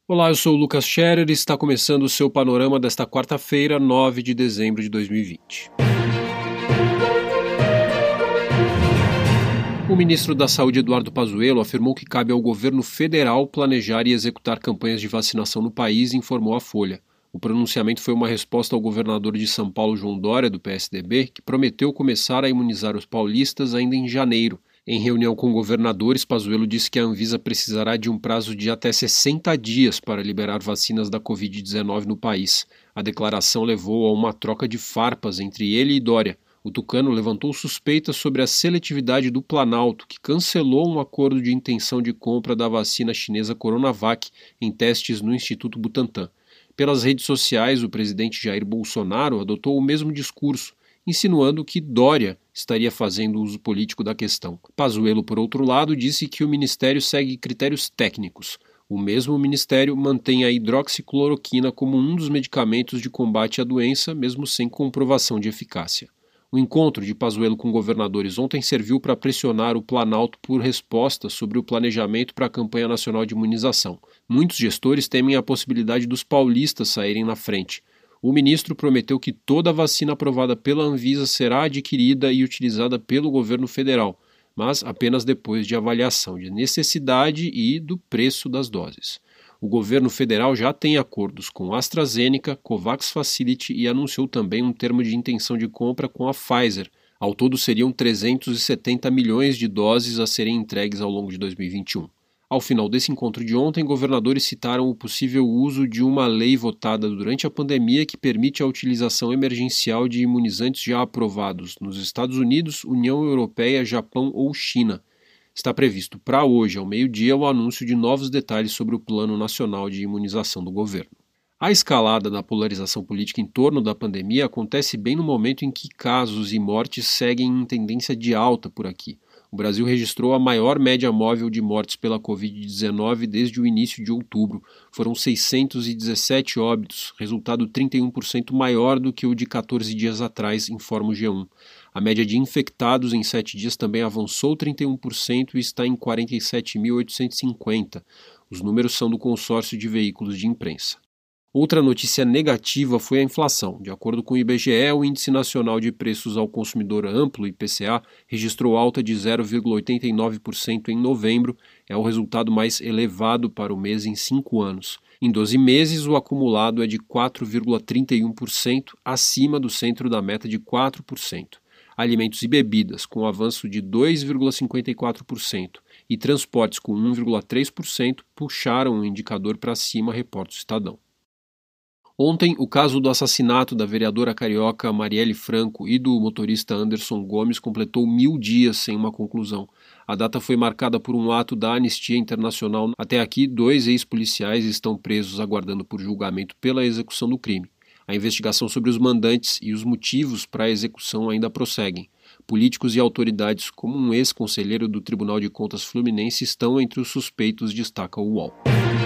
Olá, eu sou o Lucas Scherer e está começando o seu panorama desta quarta-feira, 9 de dezembro de 2020. O ministro da Saúde, Eduardo Pazuello, afirmou que cabe ao governo federal planejar e executar campanhas de vacinação no país, informou a Folha. O pronunciamento foi uma resposta ao governador de São Paulo, João Dória, do PSDB, que prometeu começar a imunizar os paulistas ainda em janeiro. Em reunião com governadores, Pazuello disse que a Anvisa precisará de um prazo de até 60 dias para liberar vacinas da Covid-19 no país. A declaração levou a uma troca de farpas entre ele e Dória. O tucano levantou suspeitas sobre a seletividade do Planalto, que cancelou um acordo de intenção de compra da vacina chinesa Coronavac em testes no Instituto Butantan. Pelas redes sociais, o presidente Jair Bolsonaro adotou o mesmo discurso, insinuando que Dória estaria fazendo uso político da questão. Pazuello, por outro lado, disse que o ministério segue critérios técnicos. O mesmo ministério mantém a hidroxicloroquina como um dos medicamentos de combate à doença, mesmo sem comprovação de eficácia. O encontro de Pazuello com governadores ontem serviu para pressionar o Planalto por respostas sobre o planejamento para a campanha nacional de imunização. Muitos gestores temem a possibilidade dos paulistas saírem na frente. O ministro prometeu que toda a vacina aprovada pela Anvisa será adquirida e utilizada pelo governo federal, mas apenas depois de avaliação de necessidade e do preço das doses. O governo federal já tem acordos com AstraZeneca, Covax Facility e anunciou também um termo de intenção de compra com a Pfizer. Ao todo seriam 370 milhões de doses a serem entregues ao longo de 2021. Ao final desse encontro de ontem, governadores citaram o possível uso de uma lei votada durante a pandemia que permite a utilização emergencial de imunizantes já aprovados nos Estados Unidos, União Europeia, Japão ou China. Está previsto para hoje, ao meio-dia, o anúncio de novos detalhes sobre o Plano Nacional de Imunização do governo. A escalada da polarização política em torno da pandemia acontece bem no momento em que casos e mortes seguem em tendência de alta por aqui. O Brasil registrou a maior média móvel de mortes pela Covid-19 desde o início de outubro. Foram 617 óbitos, resultado 31% maior do que o de 14 dias atrás, informa o G1. A média de infectados em 7 dias também avançou 31% e está em 47.850. Os números são do consórcio de veículos de imprensa. Outra notícia negativa foi a inflação. De acordo com o IBGE, o Índice Nacional de Preços ao Consumidor Amplo, IPCA, registrou alta de 0,89% em novembro. É o resultado mais elevado para o mês em 5 anos. Em 12 meses, o acumulado é de 4,31%, acima do centro da meta de 4%. Alimentos e bebidas, com avanço de 2,54%, e transportes com 1,3%, puxaram o indicador para cima, reporta o Estadão. Ontem, o caso do assassinato da vereadora carioca Marielle Franco e do motorista Anderson Gomes completou 1000 dias sem uma conclusão. A data foi marcada por um ato da Anistia Internacional. Até aqui, 2 ex-policiais estão presos aguardando por julgamento pela execução do crime. A investigação sobre os mandantes e os motivos para a execução ainda prosseguem. Políticos e autoridades, como um ex-conselheiro do Tribunal de Contas Fluminense, estão entre os suspeitos, destaca o UOL.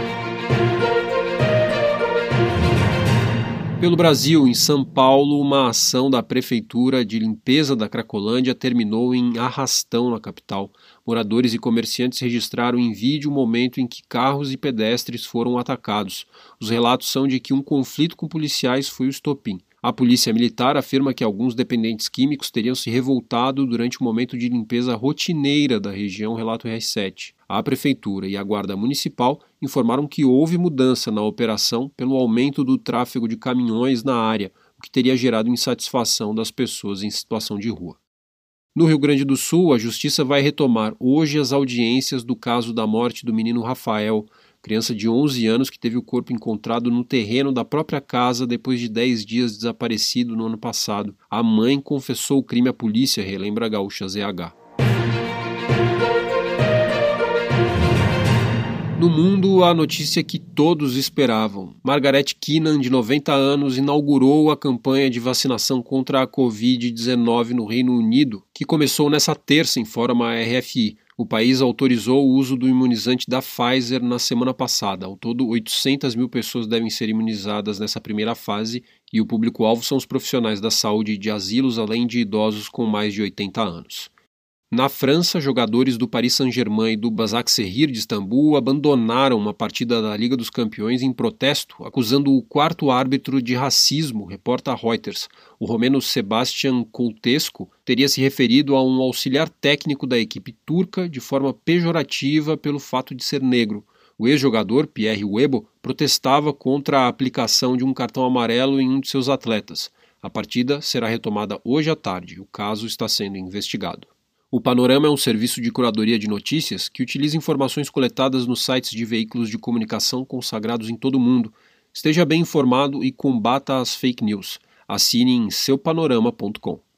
Pelo Brasil, em São Paulo, uma ação da Prefeitura de limpeza da Cracolândia terminou em arrastão na capital. Moradores e comerciantes registraram em vídeo o momento em que carros e pedestres foram atacados. Os relatos são de que um conflito com policiais foi o estopim. A polícia militar afirma que alguns dependentes químicos teriam se revoltado durante o momento de limpeza rotineira da região, relata o R7. A Prefeitura e a Guarda Municipal informaram que houve mudança na operação pelo aumento do tráfego de caminhões na área, o que teria gerado insatisfação das pessoas em situação de rua. No Rio Grande do Sul, a Justiça vai retomar hoje as audiências do caso da morte do menino Rafael, criança de 11 anos que teve o corpo encontrado no terreno da própria casa depois de 10 dias desaparecido no ano passado. A mãe confessou o crime à polícia, relembra a Gaúcha ZH. No mundo, a notícia que todos esperavam. Margaret Keenan, de 90 anos, inaugurou a campanha de vacinação contra a Covid-19 no Reino Unido, que começou nesta terça, informa a RFI. O país autorizou o uso do imunizante da Pfizer na semana passada. Ao todo, 800 mil pessoas devem ser imunizadas nessa primeira fase e o público-alvo são os profissionais da saúde de asilos, além de idosos com mais de 80 anos. Na França, jogadores do Paris Saint-Germain e do Başakşehir de Istambul abandonaram uma partida da Liga dos Campeões em protesto, acusando o quarto árbitro de racismo, reporta Reuters. O romeno Sebastian Coltescu teria se referido a um auxiliar técnico da equipe turca de forma pejorativa pelo fato de ser negro. O ex-jogador, Pierre Webo, protestava contra a aplicação de um cartão amarelo em um de seus atletas. A partida será retomada hoje à tarde. O caso está sendo investigado. O Panorama é um serviço de curadoria de notícias que utiliza informações coletadas nos sites de veículos de comunicação consagrados em todo o mundo. Esteja bem informado e combata as fake news. Assine em seupanorama.com.